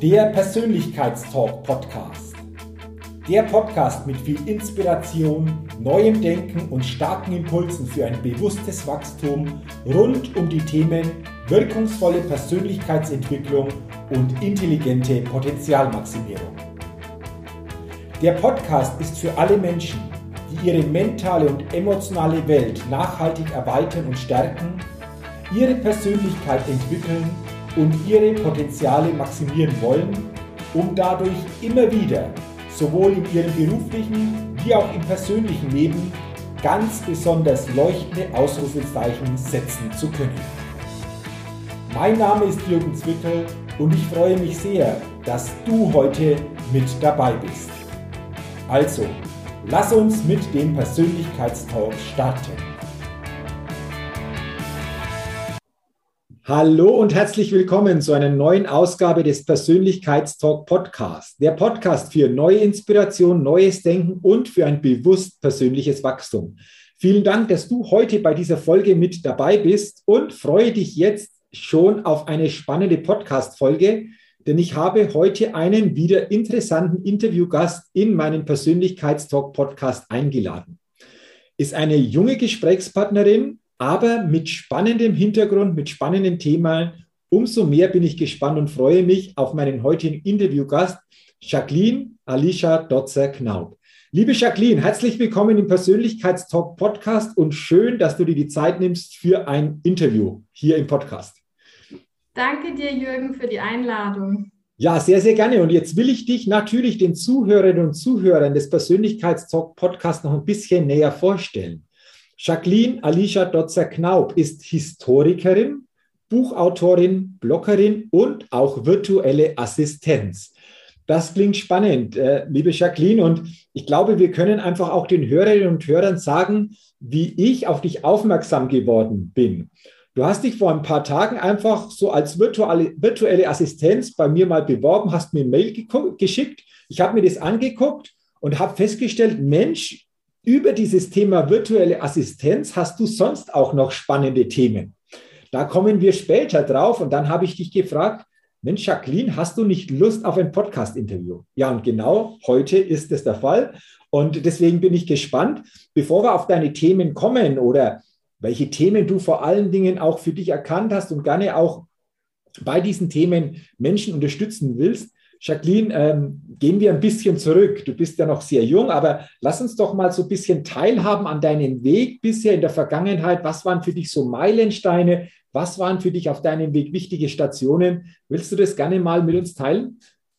Der Persönlichkeitstalk-Podcast. Der Podcast mit viel Inspiration, neuem Denken und starken Impulsen für ein bewusstes Wachstum rund um die Themen wirkungsvolle Persönlichkeitsentwicklung und intelligente Potenzialmaximierung. Der Podcast ist für alle Menschen, die ihre mentale und emotionale Welt nachhaltig erweitern und stärken, ihre Persönlichkeit entwickeln und ihre Potenziale maximieren wollen, um dadurch immer wieder, sowohl in ihrem beruflichen wie auch im persönlichen Leben, ganz besonders leuchtende Ausrufezeichen setzen zu können. Mein Name ist Jürgen Zwickel und ich freue mich sehr, dass du heute mit dabei bist. Also, lass uns mit dem Persönlichkeitstalk starten. Hallo und herzlich willkommen zu einer neuen Ausgabe des Persönlichkeitstalk Podcasts. Der Podcast für neue Inspiration, neues Denken und für ein bewusst persönliches Wachstum. Vielen Dank, dass du heute bei dieser Folge mit dabei bist und freue dich jetzt schon auf eine spannende Podcast-Folge, denn ich habe heute einen wieder interessanten Interviewgast in meinen Persönlichkeitstalk Podcast eingeladen. Ist eine junge Gesprächspartnerin, aber mit spannendem Hintergrund, mit spannenden Themen. Umso mehr bin ich gespannt und freue mich auf meinen heutigen Interviewgast, Jacqueline Alicia Dotzer-Knaub. Liebe Jacqueline, herzlich willkommen im Persönlichkeitstalk Podcast und schön, dass du dir die Zeit nimmst für ein Interview hier im Podcast. Danke dir, Jürgen, für die Einladung. Ja, sehr, sehr gerne. Und jetzt will ich dich natürlich den Zuhörerinnen und Zuhörern des Persönlichkeitstalk Podcasts noch ein bisschen näher vorstellen. Jacqueline Alicia Dotzer-Knaub ist Historikerin, Buchautorin, Bloggerin und auch virtuelle Assistenz. Das klingt spannend, liebe Jacqueline. Und ich glaube, wir können einfach auch den Hörerinnen und Hörern sagen, wie ich auf dich aufmerksam geworden bin. Du hast dich vor ein paar Tagen einfach so als virtuelle Assistenz bei mir mal beworben, hast mir ein Mail geschickt. Ich habe mir das angeguckt und habe festgestellt, Mensch, über dieses Thema virtuelle Assistenz hast du sonst auch noch spannende Themen. Da kommen wir später drauf und dann habe ich dich gefragt, Mensch, Jacqueline, hast du nicht Lust auf ein Podcast-Interview? Ja, und genau heute ist es der Fall und deswegen bin ich gespannt, bevor wir auf deine Themen kommen oder welche Themen du vor allen Dingen auch für dich erkannt hast und gerne auch bei diesen Themen Menschen unterstützen willst. Jacqueline, gehen wir ein bisschen zurück. Du bist ja noch sehr jung, aber lass uns doch mal so ein bisschen teilhaben an deinem Weg bisher in der Vergangenheit. Was waren für dich so Meilensteine? Was waren für dich auf deinem Weg wichtige Stationen? Willst du das gerne mal mit uns teilen?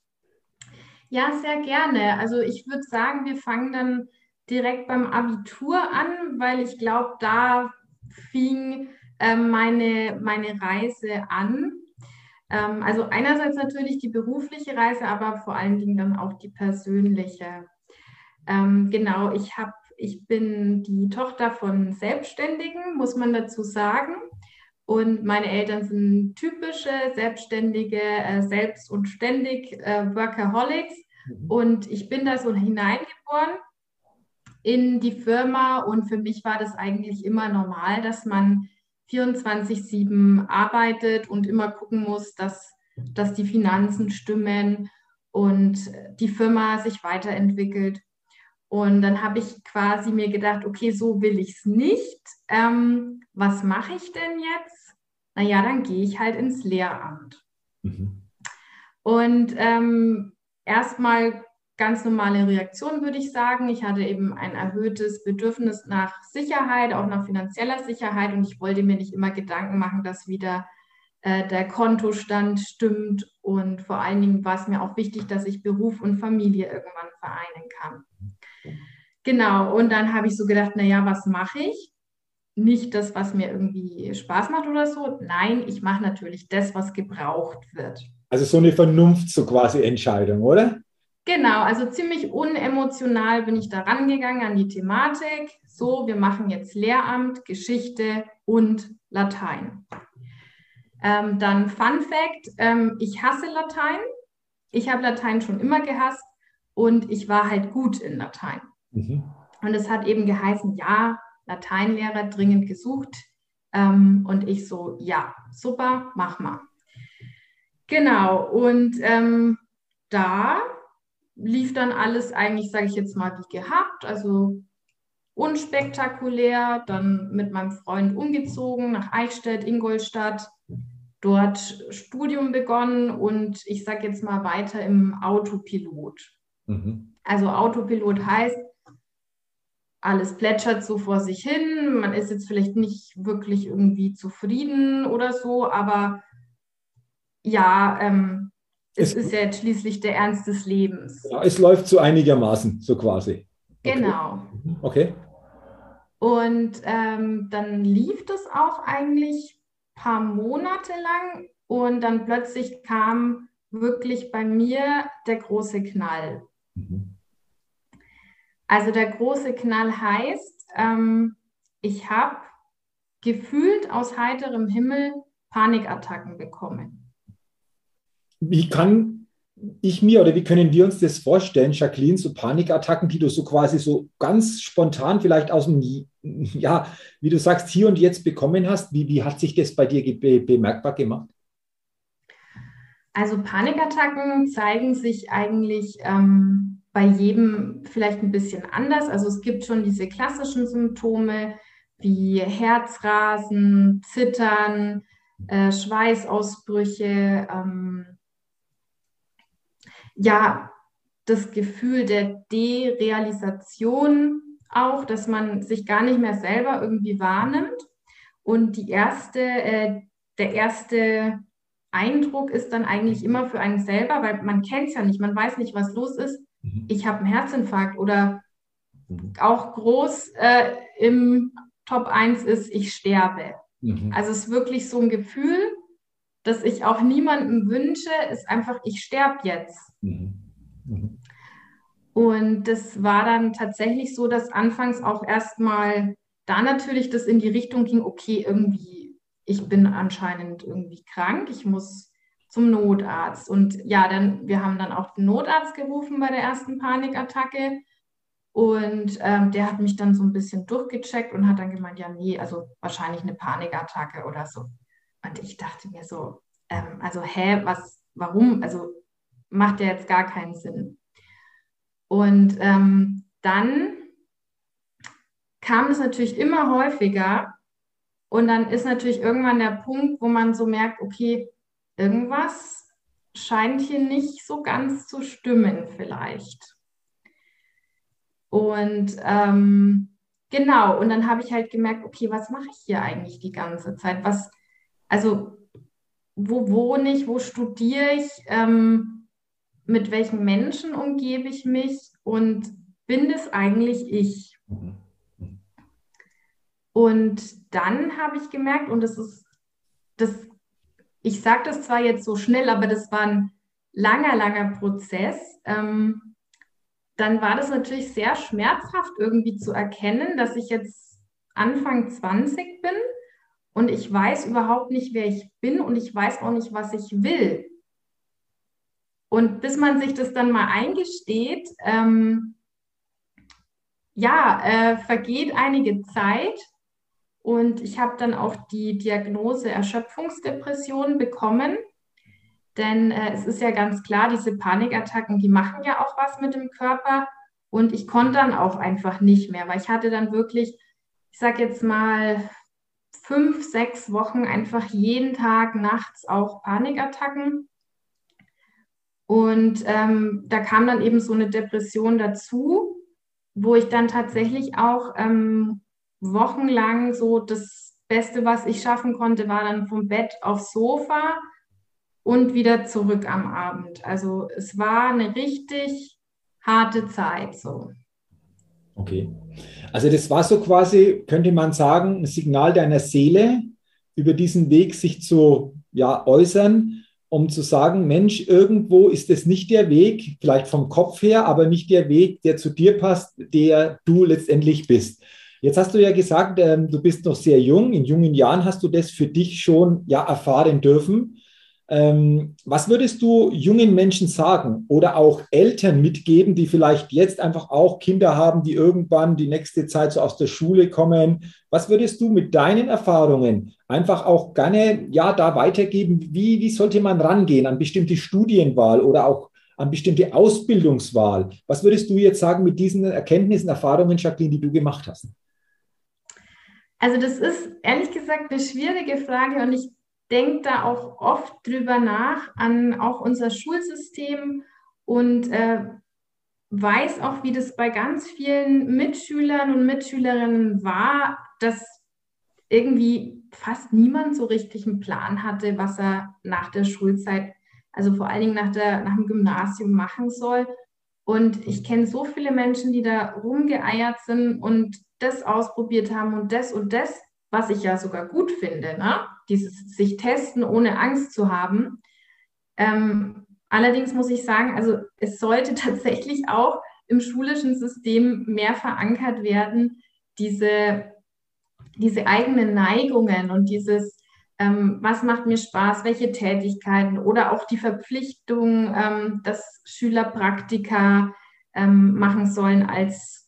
Ja, sehr gerne. Also ich würde sagen, wir fangen dann direkt beim Abitur an, weil ich glaube, da fing meine Reise an. Also einerseits natürlich die berufliche Reise, aber vor allen Dingen dann auch die persönliche. Genau, ich bin die Tochter von Selbstständigen, muss man dazu sagen. Und meine Eltern sind typische Selbstständige, selbst und ständig Workaholics. Und ich bin da so hineingeboren in die Firma. Und für mich war das eigentlich immer normal, dass man 24/7 arbeitet und immer gucken muss, dass die Finanzen stimmen und die Firma sich weiterentwickelt. Und dann habe ich quasi mir gedacht, okay, so will ich es nicht. Was mache ich denn jetzt? Naja, dann gehe ich halt ins Lehramt. Mhm. Und erstmal ganz normale Reaktion, würde ich sagen. Ich hatte eben ein erhöhtes Bedürfnis nach Sicherheit, auch nach finanzieller Sicherheit. Und ich wollte mir nicht immer Gedanken machen, dass wieder der Kontostand stimmt. Und vor allen Dingen war es mir auch wichtig, dass ich Beruf und Familie irgendwann vereinen kann. Genau, und dann habe ich so gedacht, naja, was mache ich? Nicht das, was mir irgendwie Spaß macht oder so. Nein, ich mache natürlich das, was gebraucht wird. Also so eine Vernunft, so quasi Entscheidung, oder? Genau, also ziemlich unemotional bin ich da rangegangen an die Thematik. So, wir machen jetzt Lehramt, Geschichte und Latein. Dann Fun Fact, ich hasse Latein. Ich habe Latein schon immer gehasst und ich war halt gut in Latein. Mhm. Und es hat eben geheißen, ja, Lateinlehrer dringend gesucht. Und ich so, ja, super, mach mal. Genau, und da lief dann alles eigentlich, sage ich jetzt mal, wie gehabt, also unspektakulär, dann mit meinem Freund umgezogen nach Eichstätt, Ingolstadt, dort Studium begonnen und ich sage jetzt mal weiter im Autopilot. Mhm. Also Autopilot heißt, alles plätschert so vor sich hin, man ist jetzt vielleicht nicht wirklich irgendwie zufrieden oder so, aber ja, es ist ja jetzt schließlich der Ernst des Lebens. Ja, es läuft so einigermaßen, so quasi. Okay. Genau. Okay. Und dann lief das auch eigentlich ein paar Monate lang und dann plötzlich kam wirklich bei mir der große Knall. Mhm. Also der große Knall heißt, ich habe gefühlt aus heiterem Himmel Panikattacken bekommen. Wie kann ich mir oder wie können wir uns das vorstellen, Jacqueline, so Panikattacken, die du so quasi so ganz spontan vielleicht aus dem, ja, wie du sagst, hier und jetzt bekommen hast? Wie hat sich das bei dir bemerkbar gemacht? Also Panikattacken zeigen sich eigentlich bei jedem vielleicht ein bisschen anders. Also es gibt schon diese klassischen Symptome wie Herzrasen, Zittern, Schweißausbrüche, ja, das Gefühl der Derealisation auch, dass man sich gar nicht mehr selber irgendwie wahrnimmt. Und der erste Eindruck ist dann eigentlich immer für einen selber, weil man kennt es ja nicht, man weiß nicht, was los ist. Mhm. Ich habe einen Herzinfarkt oder Mhm. auch groß im Top 1 ist, ich sterbe. Mhm. Also es ist wirklich so ein Gefühl, das ich auch niemandem wünsche, ist einfach, ich sterbe jetzt. Mhm. Mhm. Und das war dann tatsächlich so, dass anfangs auch erstmal da natürlich das in die Richtung ging, okay, irgendwie, ich bin anscheinend irgendwie krank, ich muss zum Notarzt. Und ja, wir haben dann auch den Notarzt gerufen bei der ersten Panikattacke. Und der hat mich dann so ein bisschen durchgecheckt und hat dann gemeint, ja, nee, also wahrscheinlich eine Panikattacke oder so. Und ich dachte mir so, also warum? Also macht ja jetzt gar keinen Sinn. Und dann kam es natürlich immer häufiger und dann ist natürlich irgendwann der Punkt, wo man so merkt, okay, irgendwas scheint hier nicht so ganz zu stimmen vielleicht. Und genau, und dann habe ich halt gemerkt, okay, was mache ich hier eigentlich die ganze Zeit? Also wo wohne ich, wo studiere ich, mit welchen Menschen umgebe ich mich und bin es eigentlich ich? Mhm. Mhm. Und dann habe ich gemerkt, und das, ich sage das zwar jetzt so schnell, aber das war ein langer, langer Prozess. Dann war das natürlich sehr schmerzhaft irgendwie zu erkennen, dass ich jetzt Anfang 20 bin und ich weiß überhaupt nicht, wer ich bin und ich weiß auch nicht, was ich will. Und bis man sich das dann mal eingesteht, vergeht einige Zeit und ich habe dann auch die Diagnose Erschöpfungsdepression bekommen, denn es ist ja ganz klar, diese Panikattacken, die machen ja auch was mit dem Körper und ich konnte dann auch einfach nicht mehr, weil ich hatte dann wirklich, ich sage jetzt mal, 5, 6 Wochen einfach jeden Tag nachts auch Panikattacken. Und da kam dann eben so eine Depression dazu, wo ich dann tatsächlich auch wochenlang so das Beste, was ich schaffen konnte, war dann vom Bett aufs Sofa und wieder zurück am Abend. Also es war eine richtig harte Zeit so. Okay. Also das war so quasi, könnte man sagen, ein Signal deiner Seele, über diesen Weg sich zu äußern, um zu sagen, Mensch, irgendwo ist es nicht der Weg, vielleicht vom Kopf her, aber nicht der Weg, der zu dir passt, der du letztendlich bist. Jetzt hast du ja gesagt, du bist noch sehr jung. In jungen Jahren hast du das für dich schon erfahren dürfen. Was würdest du jungen Menschen sagen oder auch Eltern mitgeben, die vielleicht jetzt einfach auch Kinder haben, die irgendwann die nächste Zeit so aus der Schule kommen? Was würdest du mit deinen Erfahrungen einfach auch gerne ja, da weitergeben? Wie sollte man rangehen an bestimmte Studienwahl oder auch an bestimmte Ausbildungswahl? Was würdest du jetzt sagen mit diesen Erkenntnissen, Erfahrungen, Jacqueline, die du gemacht hast? Also das ist ehrlich gesagt eine schwierige Frage und ich denke da auch oft drüber nach, an auch unser Schulsystem und weiß auch, wie das bei ganz vielen Mitschülern und Mitschülerinnen war, dass irgendwie fast niemand so richtig einen Plan hatte, was er nach der Schulzeit, also vor allen Dingen nach dem Gymnasium machen soll. Und ich kenne so viele Menschen, die da rumgeeiert sind und das ausprobiert haben und das, was ich ja sogar gut finde, ne? Dieses sich testen, ohne Angst zu haben. Allerdings muss ich sagen, also es sollte tatsächlich auch im schulischen System mehr verankert werden, diese eigenen Neigungen und dieses, was macht mir Spaß, welche Tätigkeiten oder auch die Verpflichtung, dass Schüler Praktika machen sollen als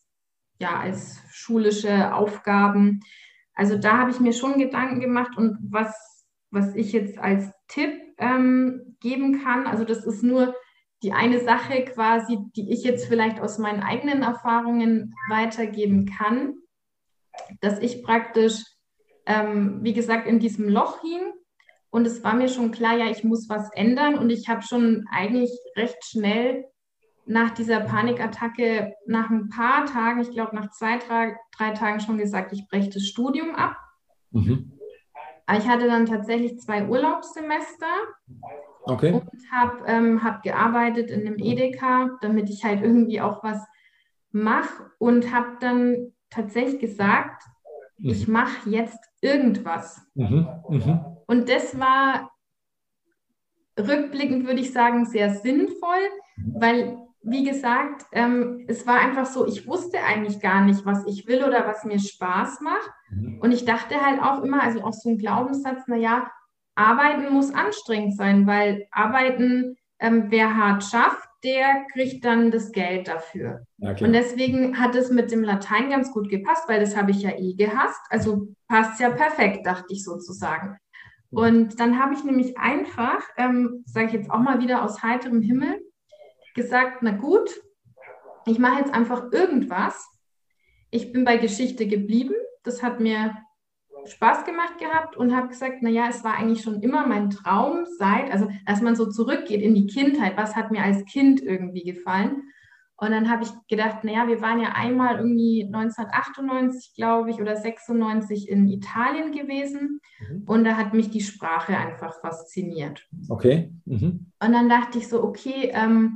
schulische Aufgaben. Also da habe ich mir schon Gedanken gemacht und was ich jetzt als Tipp geben kann, also das ist nur die eine Sache quasi, die ich jetzt vielleicht aus meinen eigenen Erfahrungen weitergeben kann, dass ich praktisch, wie gesagt, in diesem Loch hing und es war mir schon klar, ja, ich muss was ändern und ich habe schon eigentlich recht schnell nach dieser Panikattacke, nach ein paar Tagen, ich glaube nach 3 Tagen schon gesagt, ich breche das Studium ab. Mhm. Aber ich hatte dann tatsächlich 2 Urlaubssemester. Okay. Und habe gearbeitet in einem Edeka, damit ich halt irgendwie auch was mache und habe dann tatsächlich gesagt, ich mache jetzt irgendwas. Und das war rückblickend, würde ich sagen, sehr sinnvoll, weil, wie gesagt, es war einfach so, ich wusste eigentlich gar nicht, was ich will oder was mir Spaß macht. Und ich dachte halt auch immer, also auch so ein Glaubenssatz, naja, Arbeiten muss anstrengend sein, weil Arbeiten, wer hart schafft, der kriegt dann das Geld dafür. Okay. Und deswegen hat es mit dem Latein ganz gut gepasst, weil das habe ich ja gehasst. Also passt ja perfekt, dachte ich sozusagen. Und dann habe ich nämlich einfach, sage ich jetzt auch mal wieder aus heiterem Himmel, gesagt, na gut, ich mache jetzt einfach irgendwas. Ich bin bei Geschichte geblieben. Das hat mir Spaß gemacht gehabt und habe gesagt, naja, es war eigentlich schon immer mein Traum, also dass man so zurückgeht in die Kindheit, was hat mir als Kind irgendwie gefallen. Und dann habe ich gedacht, naja, wir waren ja einmal irgendwie 1998, glaube ich, oder 96 in Italien gewesen und da hat mich die Sprache einfach fasziniert. Okay. Und dann dachte ich so, okay,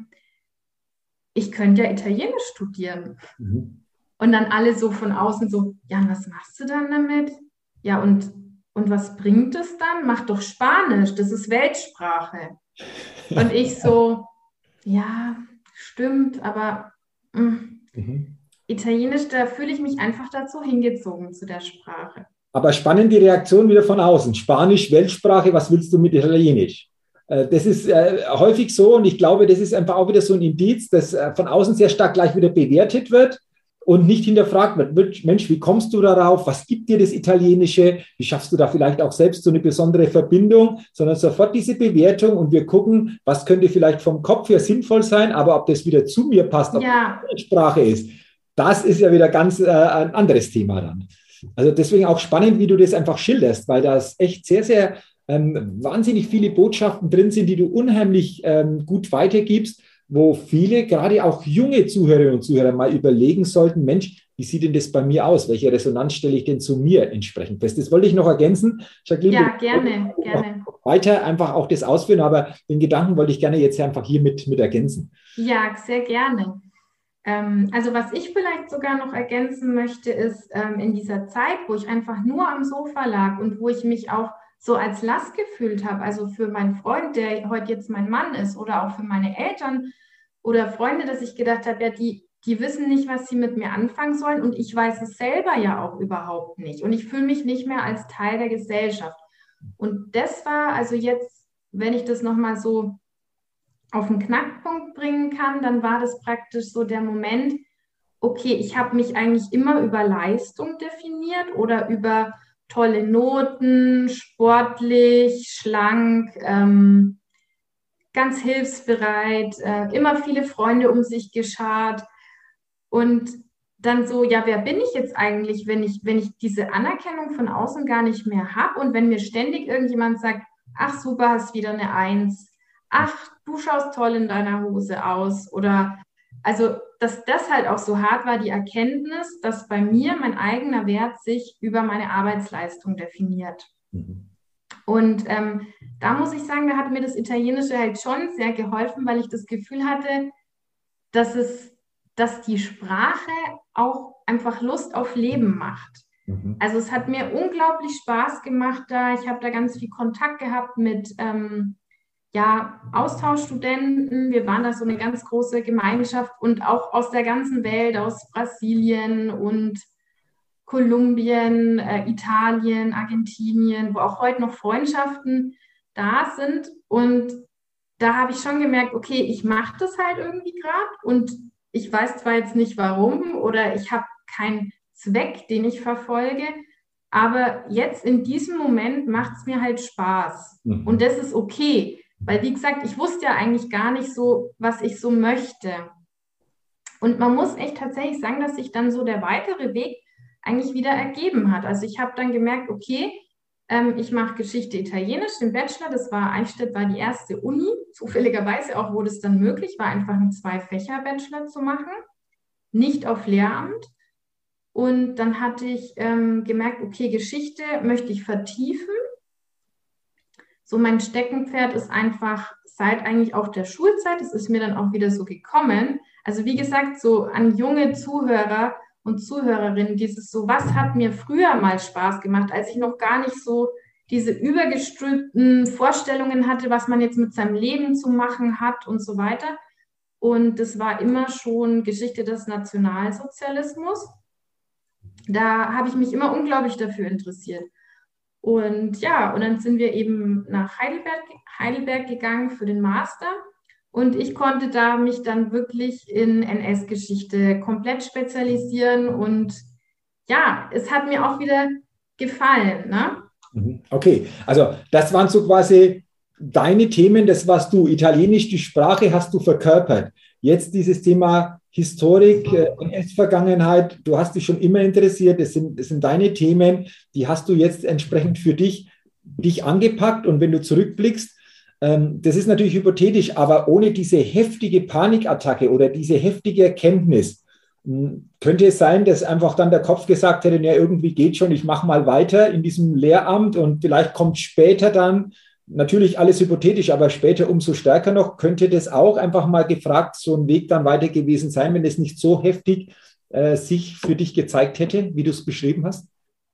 ich könnte ja Italienisch studieren. Und dann alle so von außen so, ja, was machst du dann damit? Ja, und was bringt es dann? Mach doch Spanisch, das ist Weltsprache. Und ich so, ja, stimmt, aber Italienisch, da fühle ich mich einfach dazu hingezogen zu der Sprache. Aber spannend die Reaktion wieder von außen. Spanisch, Weltsprache, was willst du mit Italienisch? Das ist häufig so und ich glaube, das ist einfach auch wieder so ein Indiz, dass von außen sehr stark gleich wieder bewertet wird und nicht hinterfragt wird, Mensch, wie kommst du darauf? Was gibt dir das Italienische? Wie schaffst du da vielleicht auch selbst so eine besondere Verbindung? Sondern sofort diese Bewertung und wir gucken, was könnte vielleicht vom Kopf her sinnvoll sein, aber ob das wieder zu mir passt, ob das Sprache ist, das ist ja wieder ganz ein anderes Thema dann. Also deswegen auch spannend, wie du das einfach schilderst, weil da echt sehr, sehr wahnsinnig viele Botschaften drin sind, die du unheimlich gut weitergibst, wo viele, gerade auch junge Zuhörerinnen und Zuhörer mal überlegen sollten, Mensch, wie sieht denn das bei mir aus? Welche Resonanz stelle ich denn zu mir entsprechend fest? Das wollte ich noch ergänzen. Jacqueline, ja, gerne. Weiter einfach auch das ausführen, aber den Gedanken wollte ich gerne jetzt einfach hier mit ergänzen. Ja, sehr gerne. Also was ich vielleicht sogar noch ergänzen möchte, ist in dieser Zeit, wo ich einfach nur am Sofa lag und wo ich mich auch so als Last gefühlt habe, also für meinen Freund, der heute jetzt mein Mann ist, oder auch für meine Eltern oder Freunde, dass ich gedacht habe, ja, die wissen nicht, was sie mit mir anfangen sollen und ich weiß es selber ja auch überhaupt nicht und ich fühle mich nicht mehr als Teil der Gesellschaft. Und das war also jetzt wenn ich das nochmal so auf den Knackpunkt bringen kann, dann war das praktisch so der Moment, okay, ich habe mich eigentlich immer über Leistung definiert oder über tolle Noten, sportlich, schlank, ganz hilfsbereit, immer viele Freunde um sich geschart. Und dann so, ja, wer bin ich jetzt eigentlich, wenn ich diese Anerkennung von außen gar nicht mehr habe und wenn mir ständig irgendjemand sagt, ach super, hast wieder eine Eins, ach, du schaust toll in deiner Hose aus oder also, dass das halt auch so hart war, die Erkenntnis, dass bei mir mein eigener Wert sich über meine Arbeitsleistung definiert. Mhm. Und da muss ich sagen, da hat mir das Italienische halt schon sehr geholfen, weil ich das Gefühl hatte, dass die Sprache auch einfach Lust auf Leben macht. Mhm. Also es hat mir unglaublich Spaß gemacht da. Ich habe da ganz viel Kontakt gehabt mit Austauschstudenten. Wir waren da so eine ganz große Gemeinschaft und auch aus der ganzen Welt, aus Brasilien und Kolumbien, Italien, Argentinien, wo auch heute noch Freundschaften da sind. Und da habe ich schon gemerkt, okay, ich mache das halt irgendwie gerade und ich weiß zwar jetzt nicht warum oder ich habe keinen Zweck, den ich verfolge, aber jetzt in diesem Moment macht es mir halt Spaß. Mhm. Und das ist okay, weil wie gesagt, ich wusste ja eigentlich gar nicht so, was ich so möchte. Und man muss echt tatsächlich sagen, dass sich dann so der weitere Weg eigentlich wieder ergeben hat. Also ich habe dann gemerkt, okay, ich mache Geschichte Italienisch, den Bachelor, Eichstätt war die erste Uni, zufälligerweise auch, wo das dann möglich war, einfach einen 2-Fächer-Bachelor zu machen, nicht auf Lehramt. Und dann hatte ich gemerkt, okay, Geschichte möchte ich vertiefen. So mein Steckenpferd ist einfach seit eigentlich auch der Schulzeit, das ist mir dann auch wieder so gekommen. Also wie gesagt, so an junge Zuhörer und Zuhörerinnen, dieses so, was hat mir früher mal Spaß gemacht, als ich noch gar nicht so diese übergestülpten Vorstellungen hatte, was man jetzt mit seinem Leben zu machen hat und so weiter. Und das war immer schon Geschichte des Nationalsozialismus. Da habe ich mich immer unglaublich dafür interessiert. Und ja, und dann sind wir eben nach Heidelberg gegangen für den Master. Und ich konnte da mich dann wirklich in NS-Geschichte komplett spezialisieren. Und ja, es hat mir auch wieder gefallen, ne? Okay, also das waren so quasi deine Themen, das warst du. Italienisch, die Sprache hast du verkörpert. Jetzt dieses Thema Historik, NS-Vergangenheit, du hast dich schon immer interessiert, das sind deine Themen, die hast du jetzt entsprechend für dich angepackt. Und wenn du zurückblickst, das ist natürlich hypothetisch, aber ohne diese heftige Panikattacke oder diese heftige Erkenntnis, könnte es sein, dass einfach dann der Kopf gesagt hätte, ja, irgendwie geht schon, ich mache mal weiter in diesem Lehramt und vielleicht kommt später dann, natürlich alles hypothetisch, aber später umso stärker noch, könnte das auch einfach mal gefragt, so ein Weg dann weiter gewesen sein, wenn es nicht so heftig sich für dich gezeigt hätte, wie du es beschrieben hast?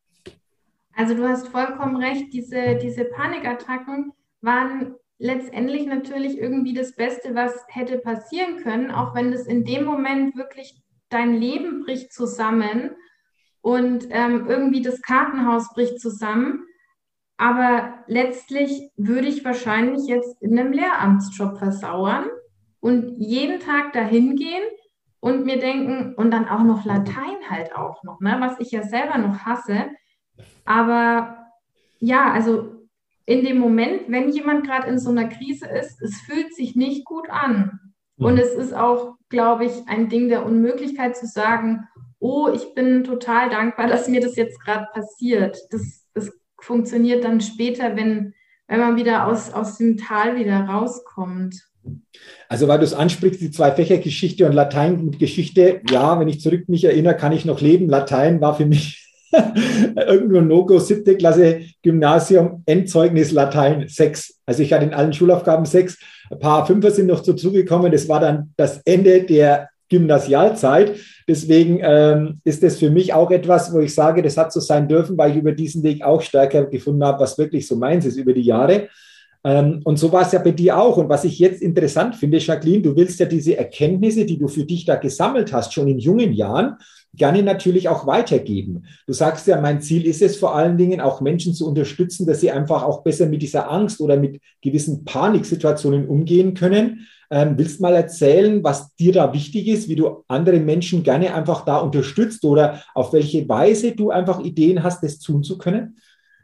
Also du hast vollkommen recht, diese Panikattacken waren letztendlich natürlich irgendwie das Beste, was hätte passieren können, auch wenn es in dem Moment wirklich dein Leben bricht zusammen und irgendwie das Kartenhaus bricht zusammen. Aber letztlich würde ich wahrscheinlich jetzt in einem Lehramtsjob versauern und jeden Tag dahin gehen und mir denken, und dann auch noch Latein halt auch noch, ne, was ich ja selber noch hasse. Aber ja, also in dem Moment, wenn jemand gerade in so einer Krise ist, es fühlt sich nicht gut an. Und es ist auch, glaube ich, ein Ding der Unmöglichkeit zu sagen, oh, ich bin total dankbar, dass mir das jetzt gerade passiert. Das funktioniert dann später, wenn man wieder aus dem Tal wieder rauskommt. Also weil du es ansprichst, die 2 Fächer Geschichte und Latein mit Geschichte, ja, wenn ich zurück mich erinnere, kann ich noch leben. Latein war für mich irgendwo ein No-Go, 7. Klasse Gymnasium, Endzeugnis Latein 6. Also ich hatte in allen Schulaufgaben 6, ein paar Fünfer sind noch dazugekommen. Das war dann das Ende der Gymnasialzeit. Deswegen ist das für mich auch etwas, wo ich sage, das hat so sein dürfen, weil ich über diesen Weg auch stärker gefunden habe, was wirklich so meins ist über die Jahre. Und so war es ja bei dir auch. Und was ich jetzt interessant finde, Jacqueline, du willst ja diese Erkenntnisse, die du für dich da gesammelt hast, schon in jungen Jahren, gerne natürlich auch weitergeben. Du sagst ja, mein Ziel ist es vor allen Dingen, auch Menschen zu unterstützen, dass sie einfach auch besser mit dieser Angst oder mit gewissen Paniksituationen umgehen können. Willst mal erzählen, was dir da wichtig ist, wie du andere Menschen gerne einfach da unterstützt oder auf welche Weise du einfach Ideen hast, das tun zu können?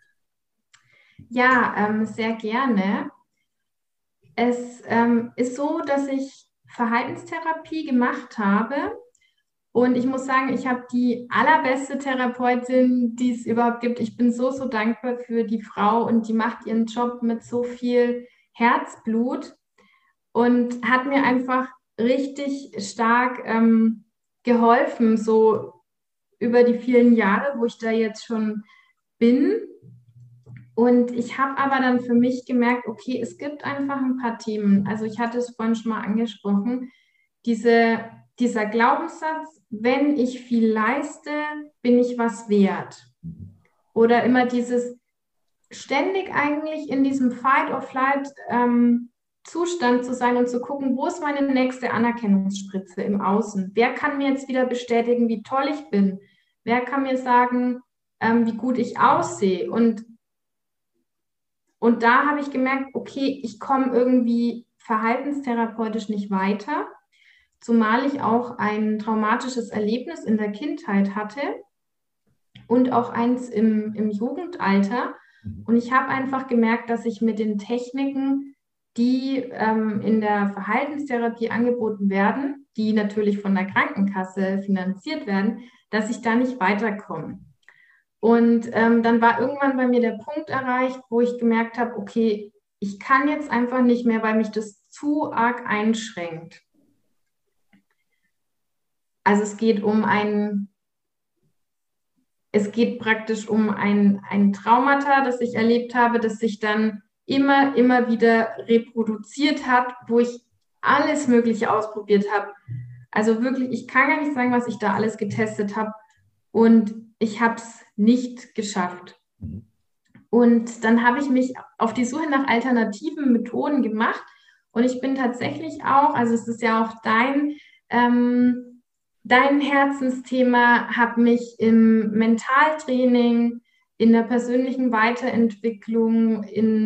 Ja, sehr gerne. Es ist so, dass ich Verhaltenstherapie gemacht habe und ich muss sagen, ich habe die allerbeste Therapeutin, die es überhaupt gibt. Ich bin so, so dankbar für die Frau und die macht ihren Job mit so viel Herzblut und hat mir einfach richtig stark geholfen, so über die vielen Jahre, wo ich da jetzt schon bin. Und ich habe aber dann für mich gemerkt, okay, es gibt einfach ein paar Themen. Also ich hatte es vorhin schon mal angesprochen, dieser Glaubenssatz, wenn ich viel leiste, bin ich was wert. Oder immer dieses ständig eigentlich in diesem Fight-or-Flight Zustand zu sein und zu gucken, wo ist meine nächste Anerkennungsspritze im Außen? Wer kann mir jetzt wieder bestätigen, wie toll ich bin? Wer kann mir sagen, wie gut ich aussehe? Und da habe ich gemerkt, okay, ich komme irgendwie verhaltenstherapeutisch nicht weiter, zumal ich auch ein traumatisches Erlebnis in der Kindheit hatte und auch eins im Jugendalter. Und ich habe einfach gemerkt, dass ich mit den Techniken, die in der Verhaltenstherapie angeboten werden, die natürlich von der Krankenkasse finanziert werden, dass ich da nicht weiterkomme. Und dann war irgendwann bei mir der Punkt erreicht, wo ich gemerkt habe, okay, ich kann jetzt einfach nicht mehr, weil mich das zu arg einschränkt. Also es geht praktisch um ein Traumata, das ich erlebt habe, das sich dann immer wieder reproduziert hat, wo ich alles Mögliche ausprobiert habe. Also wirklich, ich kann gar nicht sagen, was ich da alles getestet habe. Und ich habe es nicht geschafft. Und dann habe ich mich auf die Suche nach alternativen Methoden gemacht. Und ich bin tatsächlich auch, also es ist ja auch dein Herzensthema, habe mich im Mentaltraining, in der persönlichen Weiterentwicklung,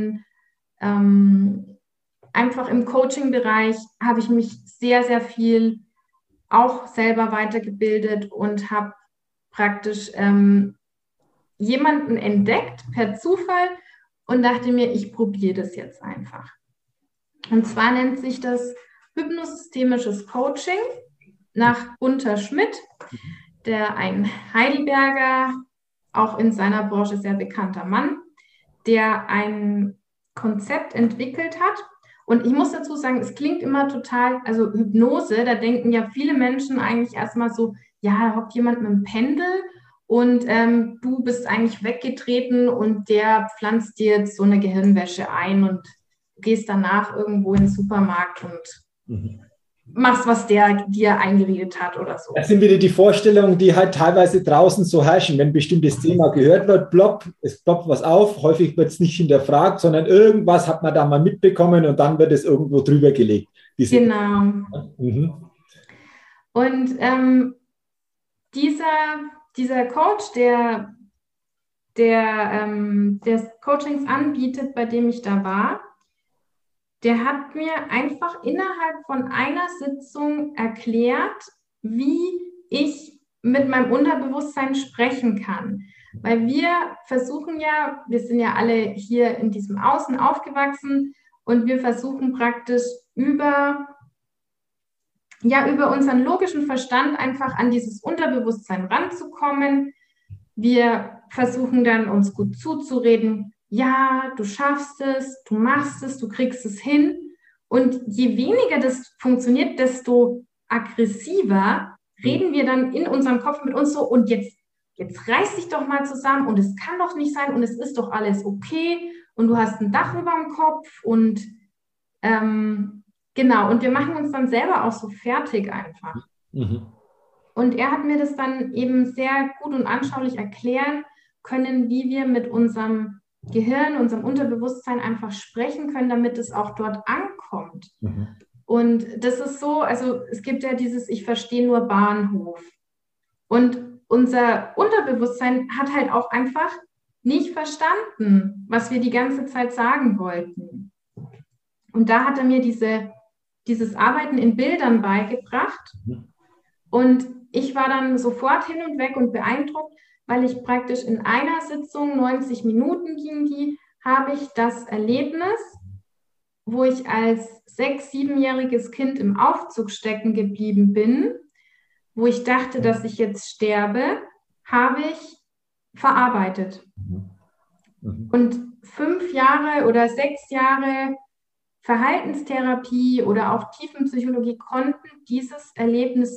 einfach im Coaching-Bereich, habe ich mich sehr, sehr viel auch selber weitergebildet und habe praktisch jemanden entdeckt per Zufall und dachte mir, ich probiere das jetzt einfach. Und zwar nennt sich das hypnosystemisches Coaching nach Gunter Schmidt, der ein Heidelberger, auch in seiner Branche sehr bekannter Mann, der ein Konzept entwickelt hat. Und ich muss dazu sagen, es klingt immer total, also Hypnose, da denken ja viele Menschen eigentlich erstmal so, ja, da hockt jemand mit einem Pendel und du bist eigentlich weggetreten und der pflanzt dir jetzt so eine Gehirnwäsche ein und du gehst danach irgendwo in den Supermarkt und machst, was der dir eingeredet hat oder so. Das sind wieder die Vorstellungen, die halt teilweise draußen so herrschen. Wenn ein bestimmtes Thema gehört wird, es ploppt was auf. Häufig wird es nicht hinterfragt, sondern irgendwas hat man da mal mitbekommen und dann wird es irgendwo drüber gelegt. Genau. Und dieser Coach, der Coachings anbietet, bei dem ich da war, der hat mir einfach innerhalb von einer Sitzung erklärt, wie ich mit meinem Unterbewusstsein sprechen kann. Weil wir sind ja alle hier in diesem Außen aufgewachsen und wir versuchen praktisch über unseren logischen Verstand einfach an dieses Unterbewusstsein ranzukommen. Wir versuchen dann, uns gut zuzureden, ja, du schaffst es, du machst es, du kriegst es hin. Und je weniger das funktioniert, desto aggressiver reden wir dann in unserem Kopf mit uns so, und jetzt reiß dich doch mal zusammen und es kann doch nicht sein und es ist doch alles okay und du hast ein Dach über dem Kopf und genau, und wir machen uns dann selber auch so fertig einfach. Und er hat mir das dann eben sehr gut und anschaulich erklären können, wie wir mit unserem Gehirn, unserem Unterbewusstsein einfach sprechen können, damit es auch dort ankommt. Und das ist so, also es gibt ja dieses, ich verstehe nur Bahnhof. Und unser Unterbewusstsein hat halt auch einfach nicht verstanden, was wir die ganze Zeit sagen wollten. Und da hat er mir dieses Arbeiten in Bildern beigebracht. Und ich war dann sofort hin und weg und beeindruckt, weil ich praktisch in einer Sitzung, 90 Minuten ging die, habe ich das Erlebnis, wo ich als 6-, 7-jähriges Kind im Aufzug stecken geblieben bin, wo ich dachte, dass ich jetzt sterbe, habe ich verarbeitet. Und 5 Jahre oder 6 Jahre Verhaltenstherapie oder auch Tiefenpsychologie konnten dieses Erlebnis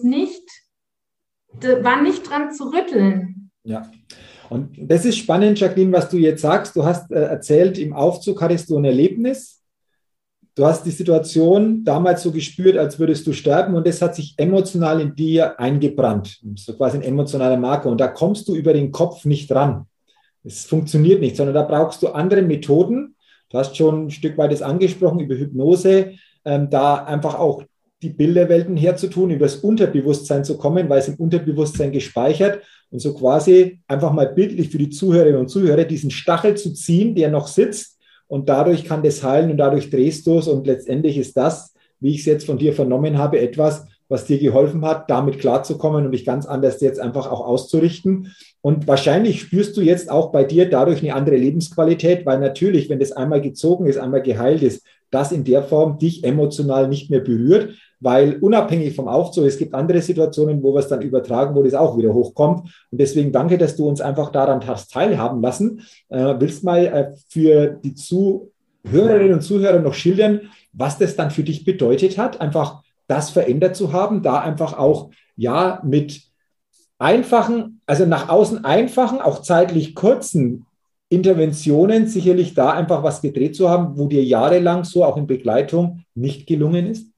war nicht dran zu rütteln. Ja, und das ist spannend, Jacqueline, was du jetzt sagst. Du hast erzählt, im Aufzug hattest du ein Erlebnis. Du hast die Situation damals so gespürt, als würdest du sterben, und das hat sich emotional in dir eingebrannt. So quasi ein emotionaler Marker. Und da kommst du über den Kopf nicht ran. Es funktioniert nicht, sondern da brauchst du andere Methoden. Du hast schon ein Stück weit das angesprochen über Hypnose, da einfach auch die Bilderwelten herzutun, über das Unterbewusstsein zu kommen, weil es im Unterbewusstsein gespeichert, und so quasi einfach mal bildlich für die Zuhörerinnen und Zuhörer diesen Stachel zu ziehen, der noch sitzt, und dadurch kann das heilen und dadurch drehst du es, und letztendlich ist das, wie ich es jetzt von dir vernommen habe, etwas, was dir geholfen hat, damit klarzukommen und dich ganz anders jetzt einfach auch auszurichten. Und wahrscheinlich spürst du jetzt auch bei dir dadurch eine andere Lebensqualität, weil natürlich, wenn das einmal gezogen ist, einmal geheilt ist, das in der Form dich emotional nicht mehr berührt, weil unabhängig vom Aufzug, es gibt andere Situationen, wo wir es dann übertragen, wo das auch wieder hochkommt. Und deswegen danke, dass du uns einfach daran hast teilhaben lassen. Willst mal für die Zuhörerinnen und Zuhörer noch schildern, was das dann für dich bedeutet hat, einfach das verändert zu haben, da einfach auch ja mit einfachen, also nach außen einfachen, auch zeitlich kurzen Interventionen sicherlich da einfach was gedreht zu haben, wo dir jahrelang so auch in Begleitung nicht gelungen ist?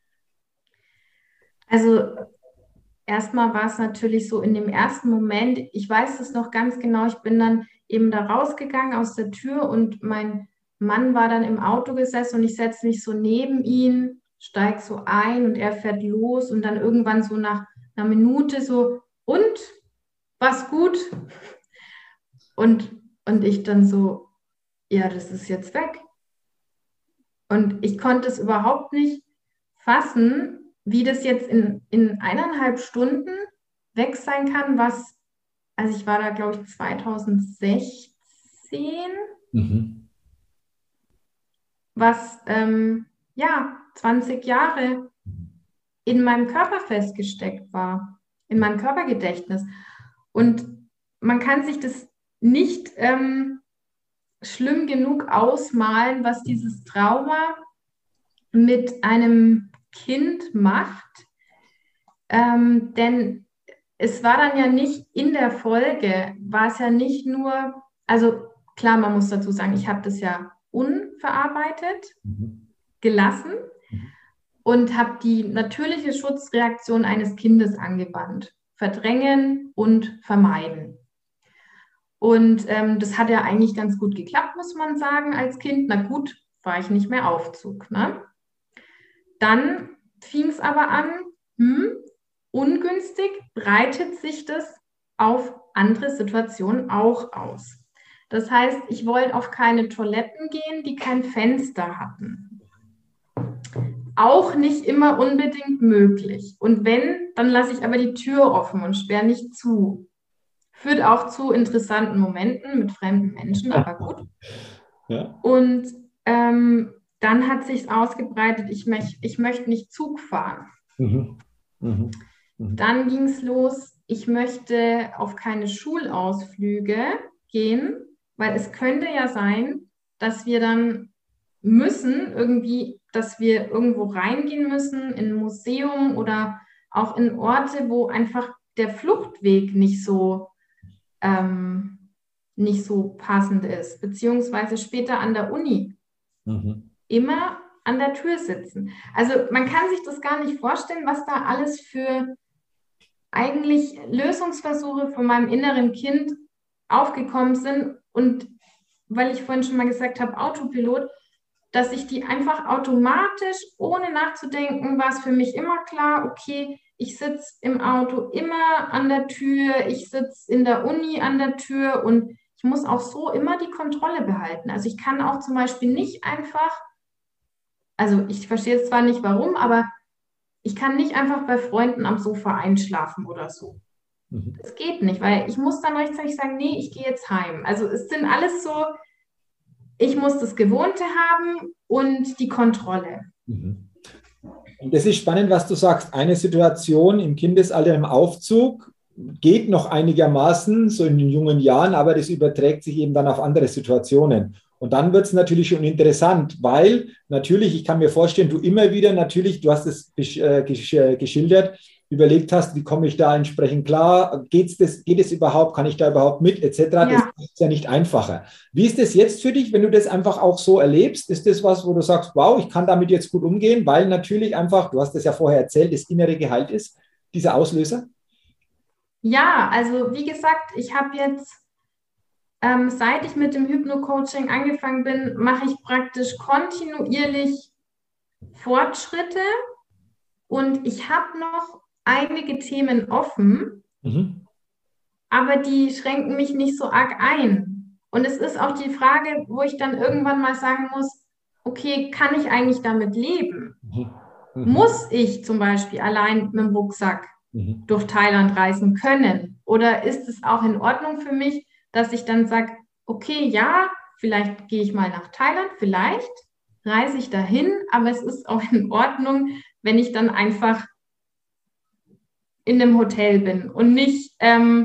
Also erstmal war es natürlich so in dem ersten Moment, ich weiß es noch ganz genau, ich bin dann eben da rausgegangen aus der Tür und mein Mann war dann im Auto gesessen und ich setze mich so neben ihn, steige so ein und er fährt los und dann irgendwann so nach einer Minute so, und? War's gut? Und ich dann so, ja, das ist jetzt weg. Und ich konnte es überhaupt nicht fassen, wie das jetzt in 1,5 Stunden weg sein kann, also ich war da, glaube ich, 2016, was, ja, 20 Jahre in meinem Körper festgesteckt war, in meinem Körpergedächtnis. Und man kann sich das nicht schlimm genug ausmalen, was dieses Trauma mit einem Kind macht. Denn es war dann ja nicht in der Folge, war es ja nicht nur, also klar, man muss dazu sagen, ich habe das ja unverarbeitet gelassen und habe die natürliche Schutzreaktion eines Kindes angewandt. Verdrängen und vermeiden. Und das hat ja eigentlich ganz gut geklappt, muss man sagen, als Kind. Na gut, war ich nicht mehr Aufzug. Ne? Dann fing es aber an, ungünstig breitet sich das auf andere Situationen auch aus. Das heißt, ich wollte auf keine Toiletten gehen, die kein Fenster hatten. Auch nicht immer unbedingt möglich. Und wenn, dann lasse ich aber die Tür offen und sperre nicht zu. Führt auch zu interessanten Momenten mit fremden Menschen, aber gut. Ja. Und dann hat sich ausgebreitet, ich möchte nicht Zug fahren. Dann ging es los, ich möchte auf keine Schulausflüge gehen, weil es könnte ja sein, dass wir dann dass wir irgendwo reingehen müssen, in ein Museum oder auch in Orte, wo einfach der Fluchtweg nicht so passend ist, beziehungsweise später an der Uni. Immer an der Tür sitzen. Also man kann sich das gar nicht vorstellen, was da alles für eigentlich Lösungsversuche von meinem inneren Kind aufgekommen sind. Und weil ich vorhin schon mal gesagt habe, Autopilot, dass ich die einfach automatisch, ohne nachzudenken, war es für mich immer klar, okay, ich sitze im Auto immer an der Tür, ich sitze in der Uni an der Tür und ich muss auch so immer die Kontrolle behalten. Also ich kann auch zum Beispiel nicht einfach, also ich verstehe jetzt zwar nicht warum, aber ich kann nicht einfach bei Freunden am Sofa einschlafen oder so. Das geht nicht, weil ich muss dann rechtzeitig sagen, nee, ich gehe jetzt heim. Also es sind alles so, ich muss das Gewohnte haben und die Kontrolle. Und das ist spannend, was du sagst. Eine Situation im Kindesalter im Aufzug geht noch einigermaßen, so in den jungen Jahren, aber das überträgt sich eben dann auf andere Situationen. Und dann wird es natürlich schon interessant, weil natürlich, ich kann mir vorstellen, du immer wieder natürlich, du hast es geschildert, überlegt hast, wie komme ich da entsprechend klar, geht es überhaupt, kann ich da überhaupt mit, etc. Ja. Das ist ja nicht einfacher. Wie ist das jetzt für dich, wenn du das einfach auch so erlebst? Ist das was, wo du sagst, wow, ich kann damit jetzt gut umgehen, weil natürlich einfach, du hast das ja vorher erzählt, das innere Gehalt ist, dieser Auslöser? Ja, also wie gesagt, ich habe jetzt, seit ich mit dem Hypno-Coaching angefangen bin, mache ich praktisch kontinuierlich Fortschritte und ich habe noch einige Themen offen, aber die schränken mich nicht so arg ein. Und es ist auch die Frage, wo ich dann irgendwann mal sagen muss, okay, kann ich eigentlich damit leben? Muss ich zum Beispiel allein mit dem Rucksack durch Thailand reisen können? Oder ist es auch in Ordnung für mich, dass ich dann sage, okay, ja, vielleicht gehe ich mal nach Thailand, vielleicht reise ich dahin, aber es ist auch in Ordnung, wenn ich dann einfach in einem Hotel bin und nicht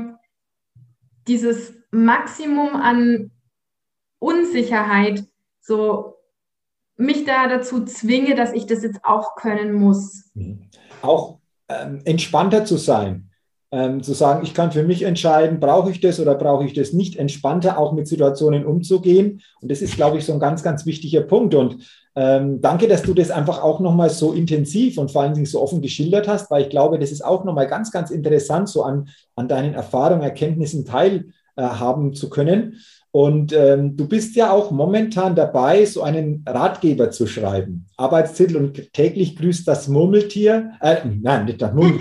dieses Maximum an Unsicherheit so mich da dazu zwinge, dass ich das jetzt auch können muss. Auch entspannter zu sein, zu sagen, ich kann für mich entscheiden, brauche ich das oder brauche ich das nicht, entspannter auch mit Situationen umzugehen. Und das ist, glaube ich, so ein ganz, ganz wichtiger Punkt. Und danke, dass du das einfach auch nochmal so intensiv und vor allen Dingen so offen geschildert hast, weil ich glaube, das ist auch nochmal ganz, ganz interessant, so an deinen Erfahrungen, Erkenntnissen teilhaben zu können. Und du bist ja auch momentan dabei, so einen Ratgeber zu schreiben. Arbeitstitel und täglich grüßt das Murmeltier. Nein, nicht das Murmeltier.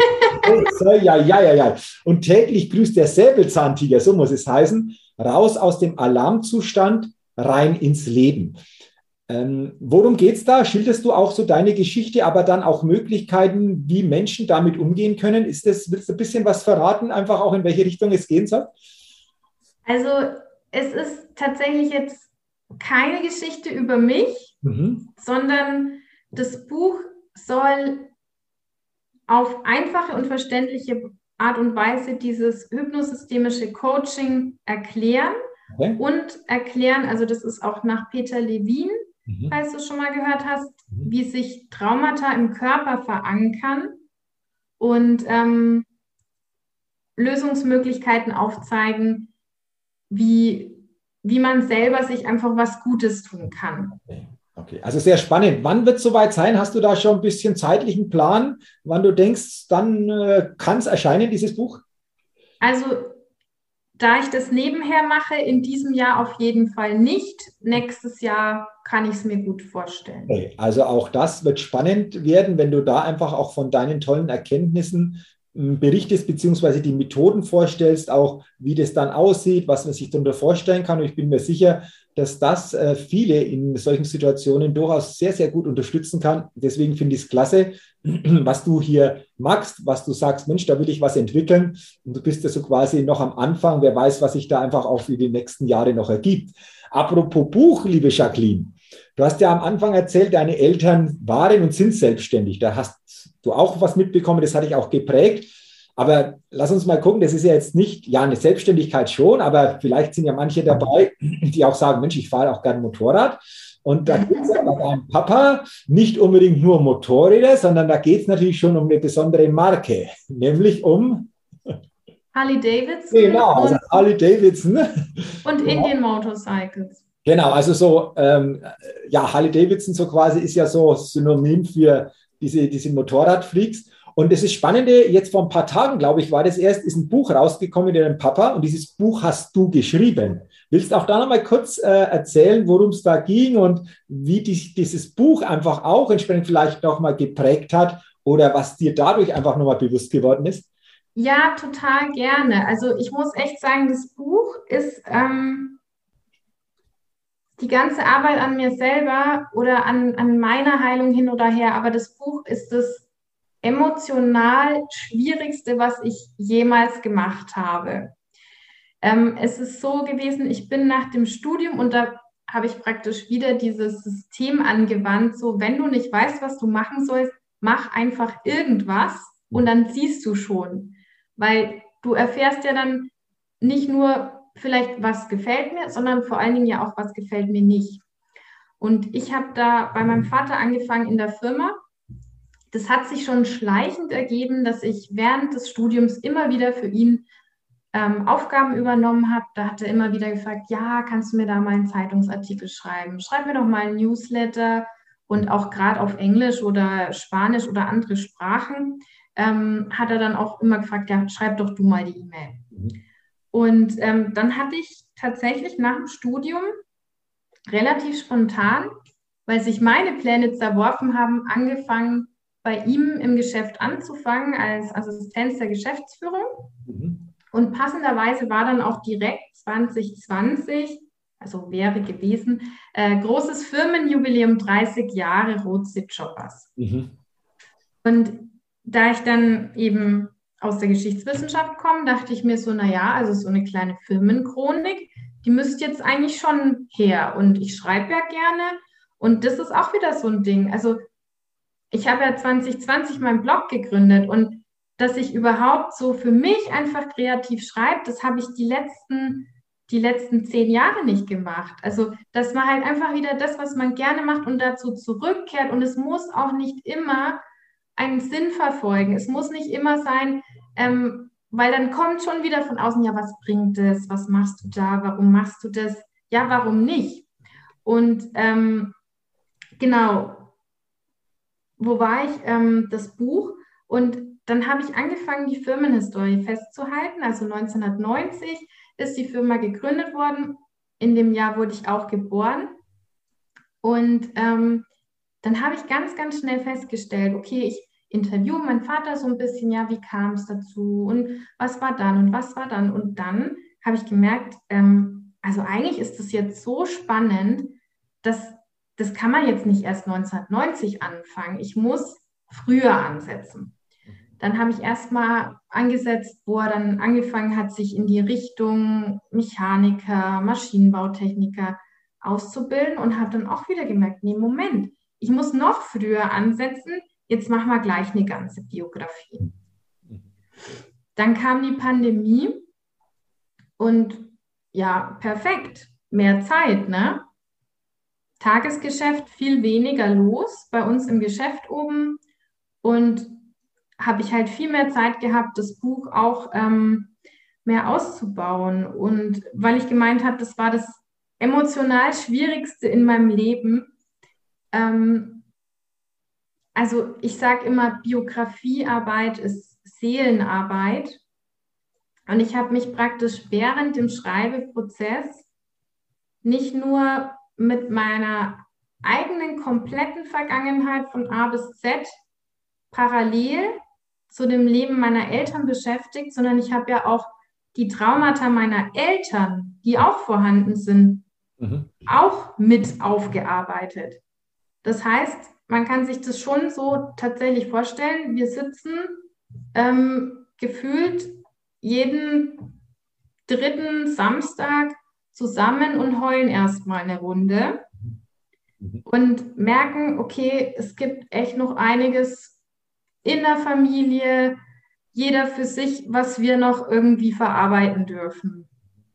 Ja. Und täglich grüßt der Säbelzahntiger, so muss es heißen, raus aus dem Alarmzustand, rein ins Leben. Worum geht es da? Schilderst du auch so deine Geschichte, aber dann auch Möglichkeiten, wie Menschen damit umgehen können? Willst du ein bisschen was verraten, einfach auch in welche Richtung es gehen soll? Also es ist tatsächlich jetzt keine Geschichte über mich, sondern das Buch soll auf einfache und verständliche Art und Weise dieses hypnosystemische Coaching erklären und erklären, also das ist auch nach Peter Levine, falls du schon mal gehört hast, wie sich Traumata im Körper verankern und Lösungsmöglichkeiten aufzeigen, wie man selber sich einfach was Gutes tun kann. Okay, also sehr spannend. Wann wird es soweit sein? Hast du da schon ein bisschen zeitlichen Plan, wann du denkst, dann kann es erscheinen, dieses Buch? Also, da ich das nebenher mache, in diesem Jahr auf jeden Fall nicht. Nächstes Jahr kann ich es mir gut vorstellen. Okay, also auch das wird spannend werden, wenn du da einfach auch von deinen tollen Erkenntnissen berichtest, beziehungsweise die Methoden vorstellst, auch wie das dann aussieht, was man sich darunter vorstellen kann. Und ich bin mir sicher, dass das viele in solchen Situationen durchaus sehr, sehr gut unterstützen kann. Deswegen finde ich es klasse, was du hier magst, was du sagst, Mensch, da will ich was entwickeln. Und du bist ja so quasi noch am Anfang. Wer weiß, was sich da einfach auch für die nächsten Jahre noch ergibt. Apropos Buch, liebe Jacqueline. Du hast ja am Anfang erzählt, deine Eltern waren und sind selbstständig. Da hast du auch was mitbekommen, das hat dich auch geprägt. Aber lass uns mal gucken, das ist ja jetzt nicht, ja, eine Selbstständigkeit schon, aber vielleicht sind ja manche dabei, die auch sagen, Mensch, ich fahre auch gerne Motorrad. Und da geht es ja bei deinem Papa nicht unbedingt nur um Motorräder, sondern da geht es natürlich schon um eine besondere Marke, nämlich um Harley Davidson. Genau, also Harley Davidson. Und Indian Motorcycles. Genau, also so, ja, Harley Davidson so quasi ist ja so Synonym für diese Motorradfreaks. Und das ist Spannende, jetzt vor ein paar Tagen, glaube ich, war das erst, ist ein Buch rausgekommen mit deinem Papa und dieses Buch hast du geschrieben. Willst du auch da nochmal kurz erzählen, worum es da ging und wie dich dieses Buch einfach auch entsprechend vielleicht nochmal geprägt hat oder was dir dadurch einfach nochmal bewusst geworden ist? Ja, total gerne. Also ich muss echt sagen, das Buch ist die ganze Arbeit an mir selber oder an meiner Heilung hin oder her, aber das Buch ist das emotional Schwierigste, was ich jemals gemacht habe. Es ist so gewesen, ich bin nach dem Studium und da habe ich praktisch wieder dieses System angewandt, so wenn du nicht weißt, was du machen sollst, mach einfach irgendwas und dann siehst du schon. Weil du erfährst ja dann nicht nur vielleicht, was gefällt mir, sondern vor allen Dingen ja auch, was gefällt mir nicht. Und ich habe da bei meinem Vater angefangen in der Firma. Das hat sich schon schleichend ergeben, dass ich während des Studiums immer wieder für ihn Aufgaben übernommen habe. Da hat er immer wieder gefragt, ja, kannst du mir da mal einen Zeitungsartikel schreiben? Schreib mir doch mal ein Newsletter und auch gerade auf Englisch oder Spanisch oder andere Sprachen hat er dann auch immer gefragt, ja, schreib doch du mal die E-Mail. Und dann hatte ich tatsächlich nach dem Studium relativ spontan, weil sich meine Pläne zerworfen haben, angefangen, bei ihm im Geschäft anzufangen als Assistenz der Geschäftsführung. Und passenderweise war dann auch direkt 2020, also wäre gewesen, großes Firmenjubiläum, 30 Jahre Rot-Sit-Shoppers. Und da ich dann eben aus der Geschichtswissenschaft komme, dachte ich mir so, naja, also so eine kleine Firmenchronik, die müsste jetzt eigentlich schon her. Und ich schreibe ja gerne. Und das ist auch wieder so ein Ding. Also ich habe ja 2020 meinen Blog gegründet und dass ich überhaupt so für mich einfach kreativ schreibe, das habe ich die letzten 10 Jahre nicht gemacht. Also dass man halt einfach wieder das, was man gerne macht und dazu zurückkehrt. Und es muss auch nicht immer einen Sinn verfolgen. Es muss nicht immer sein, weil dann kommt schon wieder von außen, ja, was bringt es? Was machst du da? Warum machst du das? Ja, warum nicht? Und genau, wo war ich? Das Buch. Und dann habe ich angefangen, die Firmenhistorie festzuhalten. Also 1990 ist die Firma gegründet worden. In dem Jahr wurde ich auch geboren. Und dann habe ich ganz, ganz schnell festgestellt, okay, ich interviewe meinen Vater so ein bisschen, ja, wie kam es dazu und was war dann und was war dann? Und dann habe ich gemerkt, also eigentlich ist das jetzt so spannend, dass das kann man jetzt nicht erst 1990 anfangen. Ich muss früher ansetzen. Dann habe ich erstmal angesetzt, wo er dann angefangen hat, sich in die Richtung Mechaniker, Maschinenbautechniker auszubilden und habe dann auch wieder gemerkt, nee, Moment, ich muss noch früher ansetzen, jetzt machen wir gleich eine ganze Biografie. Dann kam die Pandemie und ja, perfekt, mehr Zeit, ne? Tagesgeschäft viel weniger los bei uns im Geschäft oben und habe ich halt viel mehr Zeit gehabt, das Buch auch mehr auszubauen. Und weil ich gemeint habe, das war das emotional Schwierigste in meinem Leben. Also ich sage immer, Biografiearbeit ist Seelenarbeit. Und ich habe mich praktisch während dem Schreibeprozess nicht nur mit meiner eigenen kompletten Vergangenheit von A bis Z parallel zu dem Leben meiner Eltern beschäftigt, sondern ich habe ja auch die Traumata meiner Eltern, die auch vorhanden sind, auch mit aufgearbeitet. Das heißt, man kann sich das schon so tatsächlich vorstellen, wir sitzen gefühlt jeden 3. Samstag zusammen und heulen erstmal eine Runde und merken, okay, es gibt echt noch einiges in der Familie, jeder für sich, was wir noch irgendwie verarbeiten dürfen.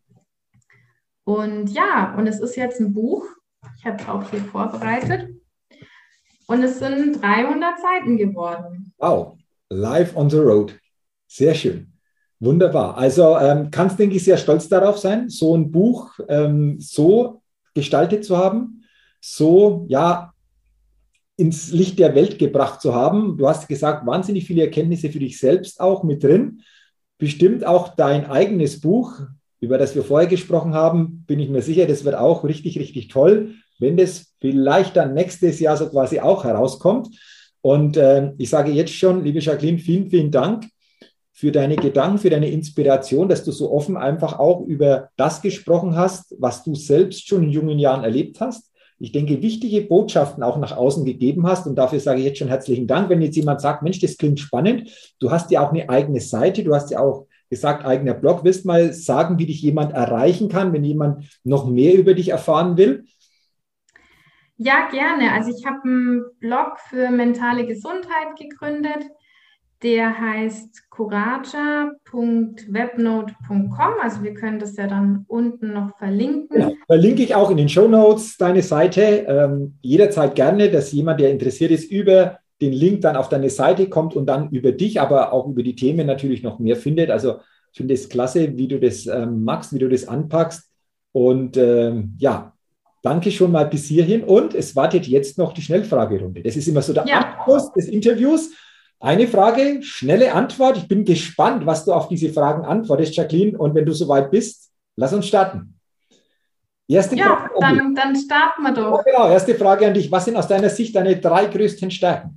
Und ja, und es ist jetzt ein Buch, ich habe es auch hier vorbereitet, und es sind 300 Seiten geworden. Wow, Live on the Road. Sehr schön. Wunderbar. Also kannst, denke ich, sehr stolz darauf sein, so ein Buch so gestaltet zu haben, so ja ins Licht der Welt gebracht zu haben. Du hast gesagt, wahnsinnig viele Erkenntnisse für dich selbst auch mit drin. Bestimmt auch dein eigenes Buch, über das wir vorher gesprochen haben, bin ich mir sicher, das wird auch richtig, richtig toll, wenn das vielleicht dann nächstes Jahr so quasi auch herauskommt. Und ich sage jetzt schon, liebe Jacqueline, vielen, vielen Dank für deine Gedanken, für deine Inspiration, dass du so offen einfach auch über das gesprochen hast, was du selbst schon in jungen Jahren erlebt hast. Ich denke, wichtige Botschaften auch nach außen gegeben hast. Und dafür sage ich jetzt schon herzlichen Dank. Wenn jetzt jemand sagt, Mensch, das klingt spannend, du hast ja auch eine eigene Seite, du hast ja auch gesagt, eigener Blog. Willst du mal sagen, wie dich jemand erreichen kann, wenn jemand noch mehr über dich erfahren will? Ja, gerne. Also ich habe einen Blog für mentale Gesundheit gegründet. Der heißt coraja.webnote.com. Also wir können das ja dann unten noch verlinken. Genau. Verlinke ich auch in den Shownotes deine Seite. Jederzeit gerne, dass jemand, der interessiert ist, über den Link dann auf deine Seite kommt und dann über dich, aber auch über die Themen natürlich noch mehr findet. Also ich finde es klasse, wie du das machst, wie du das anpackst. Und ja, danke schon mal bis hierhin. Und es wartet jetzt noch die Schnellfragerunde. Das ist immer so der Abschluss des Interviews. Eine Frage, schnelle Antwort. Ich bin gespannt, was du auf diese Fragen antwortest, Jacqueline. Und wenn du soweit bist, lass uns starten. Erste Ja, Frage dann starten wir doch. Ja, genau, erste Frage an dich. Was sind aus deiner Sicht deine 3 größten Stärken?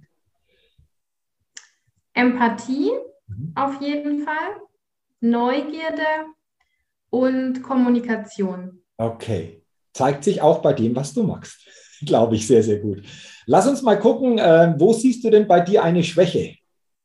Empathie auf jeden Fall, Neugierde und Kommunikation. Okay. Zeigt sich auch bei dem, was du machst. Glaube ich, sehr, sehr gut. Lass uns mal gucken, wo siehst du denn bei dir eine Schwäche?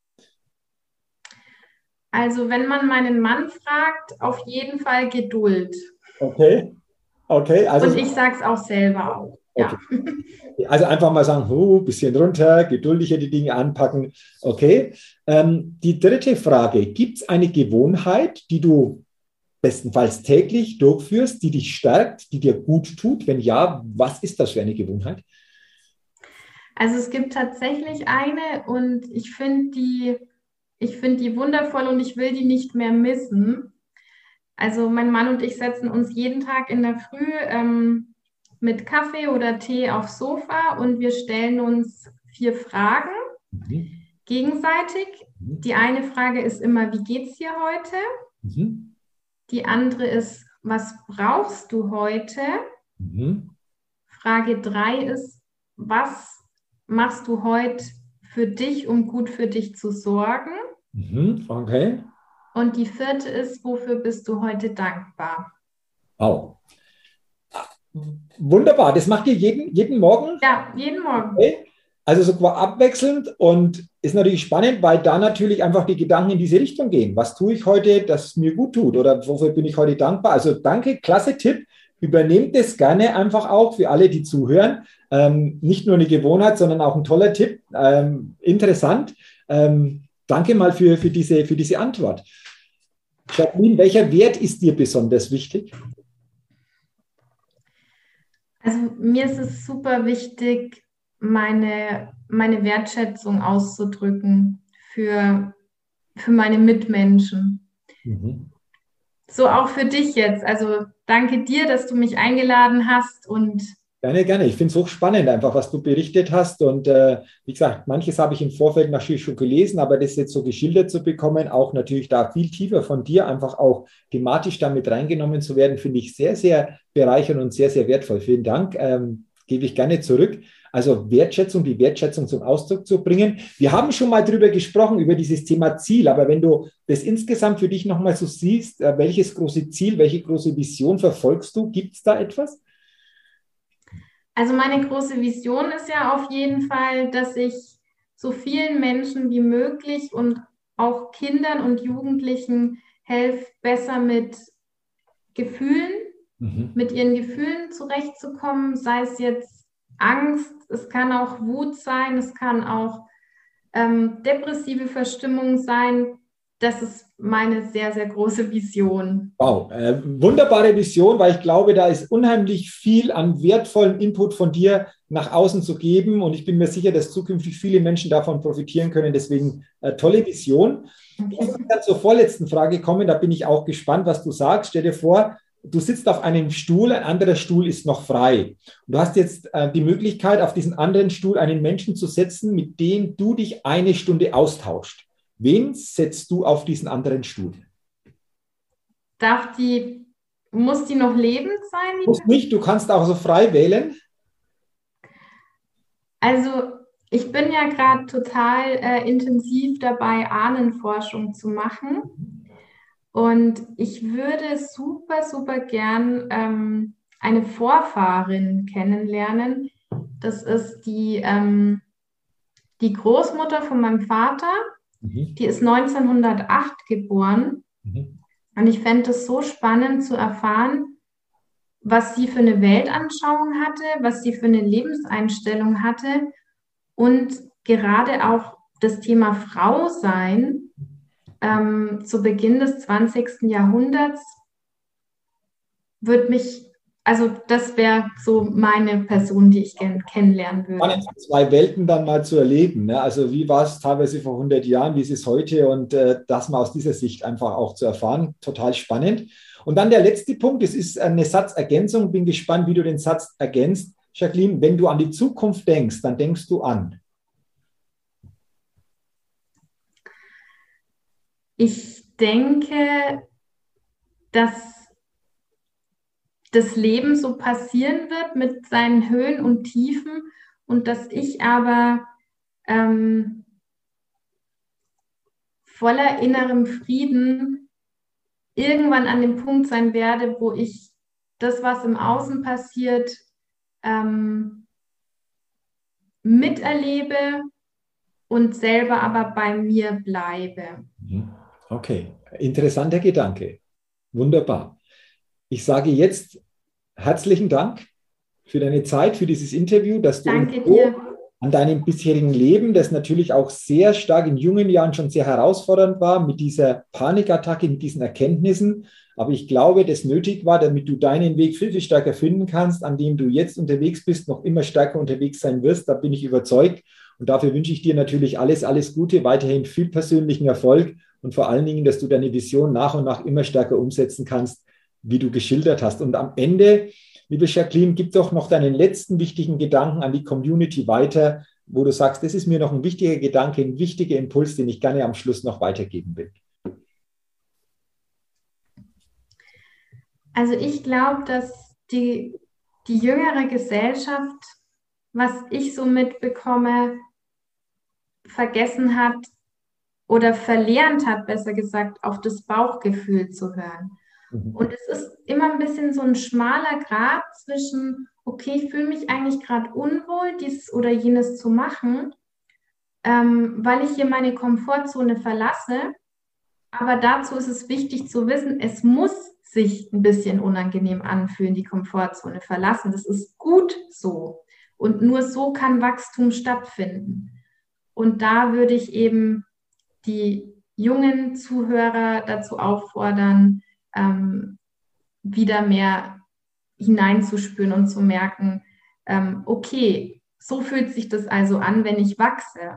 Also wenn man meinen Mann fragt, auf jeden Fall Geduld. Okay. Okay. Und ich sage es auch selber auch. Okay. Ja. Also einfach mal sagen, bisschen runter, geduldiger die Dinge anpacken. Okay. Die dritte Frage, gibt es eine Gewohnheit, die du bestenfalls täglich durchführst, die dich stärkt, die dir gut tut? Wenn ja, was ist das für eine Gewohnheit? Also es gibt tatsächlich eine und ich finde die wundervoll und ich will die nicht mehr missen. Also mein Mann und ich setzen uns jeden Tag in der Früh mit Kaffee oder Tee aufs Sofa und wir stellen uns 4 Fragen gegenseitig. Die eine Frage ist immer, wie geht's dir heute? Die andere ist, was brauchst du heute? Frage 3 ist, was machst du heute für dich, um gut für dich zu sorgen? Okay. Und die 4. ist, wofür bist du heute dankbar? Wow. Wunderbar. Das macht ihr jeden Morgen? Ja, jeden Morgen. Okay. Also so abwechselnd und ist natürlich spannend, weil da natürlich einfach die Gedanken in diese Richtung gehen. Was tue ich heute, das mir gut tut oder wofür bin ich heute dankbar? Also danke, klasse Tipp. Übernehmt es gerne einfach auch für alle, die zuhören. Nicht nur eine Gewohnheit, sondern auch ein toller Tipp. Interessant. Danke mal für diese Antwort. Jacqueline, welcher Wert ist dir besonders wichtig? Also mir ist es super wichtig, meine Wertschätzung auszudrücken für meine Mitmenschen. So auch für dich jetzt. Also danke dir, dass du mich eingeladen hast und Gerne, gerne. Ich finde es hochspannend, einfach, was du berichtet hast. Und wie gesagt, manches habe ich im Vorfeld natürlich schon gelesen, aber das jetzt so geschildert zu bekommen, auch natürlich da viel tiefer von dir, einfach auch thematisch damit reingenommen zu werden, finde ich sehr, sehr bereichernd und sehr, sehr wertvoll. Vielen Dank. Gebe ich gerne zurück. Also Wertschätzung, die Wertschätzung zum Ausdruck zu bringen. Wir haben schon mal drüber gesprochen, über dieses Thema Ziel, aber wenn du das insgesamt für dich nochmal so siehst, welches große Ziel, welche große Vision verfolgst du? Gibt es da etwas? Also meine große Vision ist ja auf jeden Fall, dass ich so vielen Menschen wie möglich und auch Kindern und Jugendlichen helfe, besser mit Gefühlen, mit ihren Gefühlen zurechtzukommen, sei es jetzt Angst, es kann auch Wut sein, es kann auch depressive Verstimmung sein. Das ist meine sehr, sehr große Vision. Wow, wunderbare Vision, weil ich glaube, da ist unheimlich viel an wertvollem Input von dir nach außen zu geben und ich bin mir sicher, dass zukünftig viele Menschen davon profitieren können. Deswegen tolle Vision. Lass uns dann zur vorletzten Frage kommen, da bin ich auch gespannt, was du sagst. Stell dir vor, du sitzt auf einem Stuhl, ein anderer Stuhl ist noch frei. Und du hast jetzt die Möglichkeit, auf diesen anderen Stuhl einen Menschen zu setzen, mit dem du dich 1 Stunde austauscht. Wen setzt du auf diesen anderen Stuhl? Muss die noch lebend sein? Muss nicht, du kannst auch so frei wählen. Also Ich bin ja gerade total intensiv dabei, Ahnenforschung zu machen. Und ich würde super, super gern eine Vorfahrin kennenlernen. Das ist die Großmutter von meinem Vater. Die ist 1908 geboren. Und ich fände es so spannend zu erfahren, was sie für eine Weltanschauung hatte, was sie für eine Lebenseinstellung hatte und gerade auch das Thema Frau sein zu Beginn des 20. Jahrhunderts das wäre so meine Person, die ich gerne kennenlernen würde. Spannend, zwei Welten dann mal zu erleben. Ne? Also wie war es teilweise vor 100 Jahren, wie ist es heute und das mal aus dieser Sicht einfach auch zu erfahren. Total spannend. Und dann der letzte Punkt, das ist eine Satzergänzung. Bin gespannt, wie du den Satz ergänzt. Jacqueline, wenn du an die Zukunft denkst, dann denkst du an? Ich denke, dass das Leben so passieren wird mit seinen Höhen und Tiefen und dass ich aber voller innerem Frieden irgendwann an dem Punkt sein werde, wo ich das, was im Außen passiert, miterlebe und selber aber bei mir bleibe. Okay, interessanter Gedanke. Wunderbar. Ich sage jetzt herzlichen Dank für deine Zeit, für dieses Interview, dass du Danke dir. An deinem bisherigen Leben, das natürlich auch sehr stark in jungen Jahren schon sehr herausfordernd war, mit dieser Panikattacke, mit diesen Erkenntnissen. Aber ich glaube, das nötig war, damit du deinen Weg viel, viel stärker finden kannst, an dem du jetzt unterwegs bist, noch immer stärker unterwegs sein wirst. Da bin ich überzeugt. Und dafür wünsche ich dir natürlich alles, alles Gute, weiterhin viel persönlichen Erfolg und vor allen Dingen, dass du deine Vision nach und nach immer stärker umsetzen kannst, wie du geschildert hast. Und am Ende, liebe Jacqueline, gib doch noch deinen letzten wichtigen Gedanken an die Community weiter, wo du sagst, das ist mir noch ein wichtiger Gedanke, ein wichtiger Impuls, den ich gerne am Schluss noch weitergeben will. Also ich glaube, dass die jüngere Gesellschaft, was ich so mitbekomme, vergessen hat oder verlernt hat, besser gesagt, auf das Bauchgefühl zu hören. Und es ist immer ein bisschen so ein schmaler Grat zwischen, okay, ich fühle mich eigentlich gerade unwohl, dies oder jenes zu machen, weil ich hier meine Komfortzone verlasse. Aber dazu ist es wichtig zu wissen, es muss sich ein bisschen unangenehm anfühlen, die Komfortzone verlassen. Das ist gut so. Und nur so kann Wachstum stattfinden. Und da würde ich eben die jungen Zuhörer dazu auffordern, wieder mehr hineinzuspüren und zu merken, okay, so fühlt sich das also an, wenn ich wachse.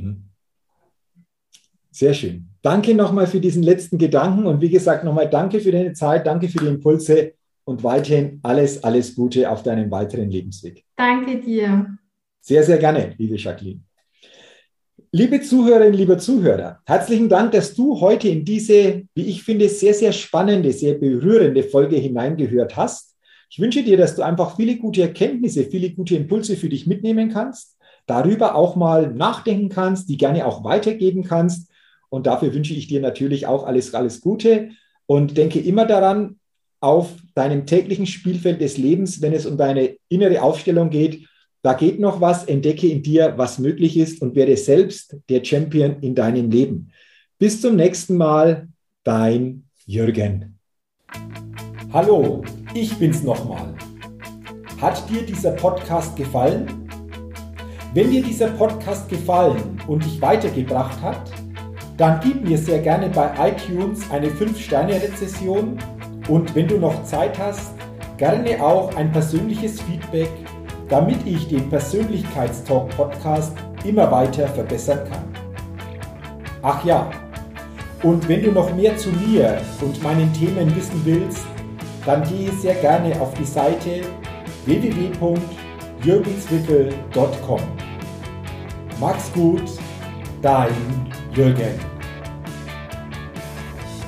Sehr schön. Danke nochmal für diesen letzten Gedanken und wie gesagt, nochmal danke für deine Zeit, danke für die Impulse und weiterhin alles, alles Gute auf deinem weiteren Lebensweg. Danke dir. Sehr, sehr gerne, liebe Jacqueline. Liebe Zuhörerinnen, lieber Zuhörer, herzlichen Dank, dass du heute in diese, wie ich finde, sehr, sehr spannende, sehr berührende Folge hineingehört hast. Ich wünsche dir, dass du einfach viele gute Erkenntnisse, viele gute Impulse für dich mitnehmen kannst, darüber auch mal nachdenken kannst, die gerne auch weitergeben kannst. Und dafür wünsche ich dir natürlich auch alles, alles Gute und denke immer daran, auf deinem täglichen Spielfeld des Lebens, wenn es um deine innere Aufstellung geht, da geht noch was, entdecke in dir, was möglich ist und werde selbst der Champion in deinem Leben. Bis zum nächsten Mal, dein Jürgen. Hallo, ich bin's nochmal. Hat dir dieser Podcast gefallen? Wenn dir dieser Podcast gefallen und dich weitergebracht hat, dann gib mir sehr gerne bei iTunes eine 5-Sterne-Rezession und wenn du noch Zeit hast, gerne auch ein persönliches Feedback, damit ich den Persönlichkeitstalk-Podcast immer weiter verbessern kann. Ach ja, und wenn du noch mehr zu mir und meinen Themen wissen willst, dann gehe sehr gerne auf die Seite www.jürgenswickel.com. Mach's gut, dein Jürgen.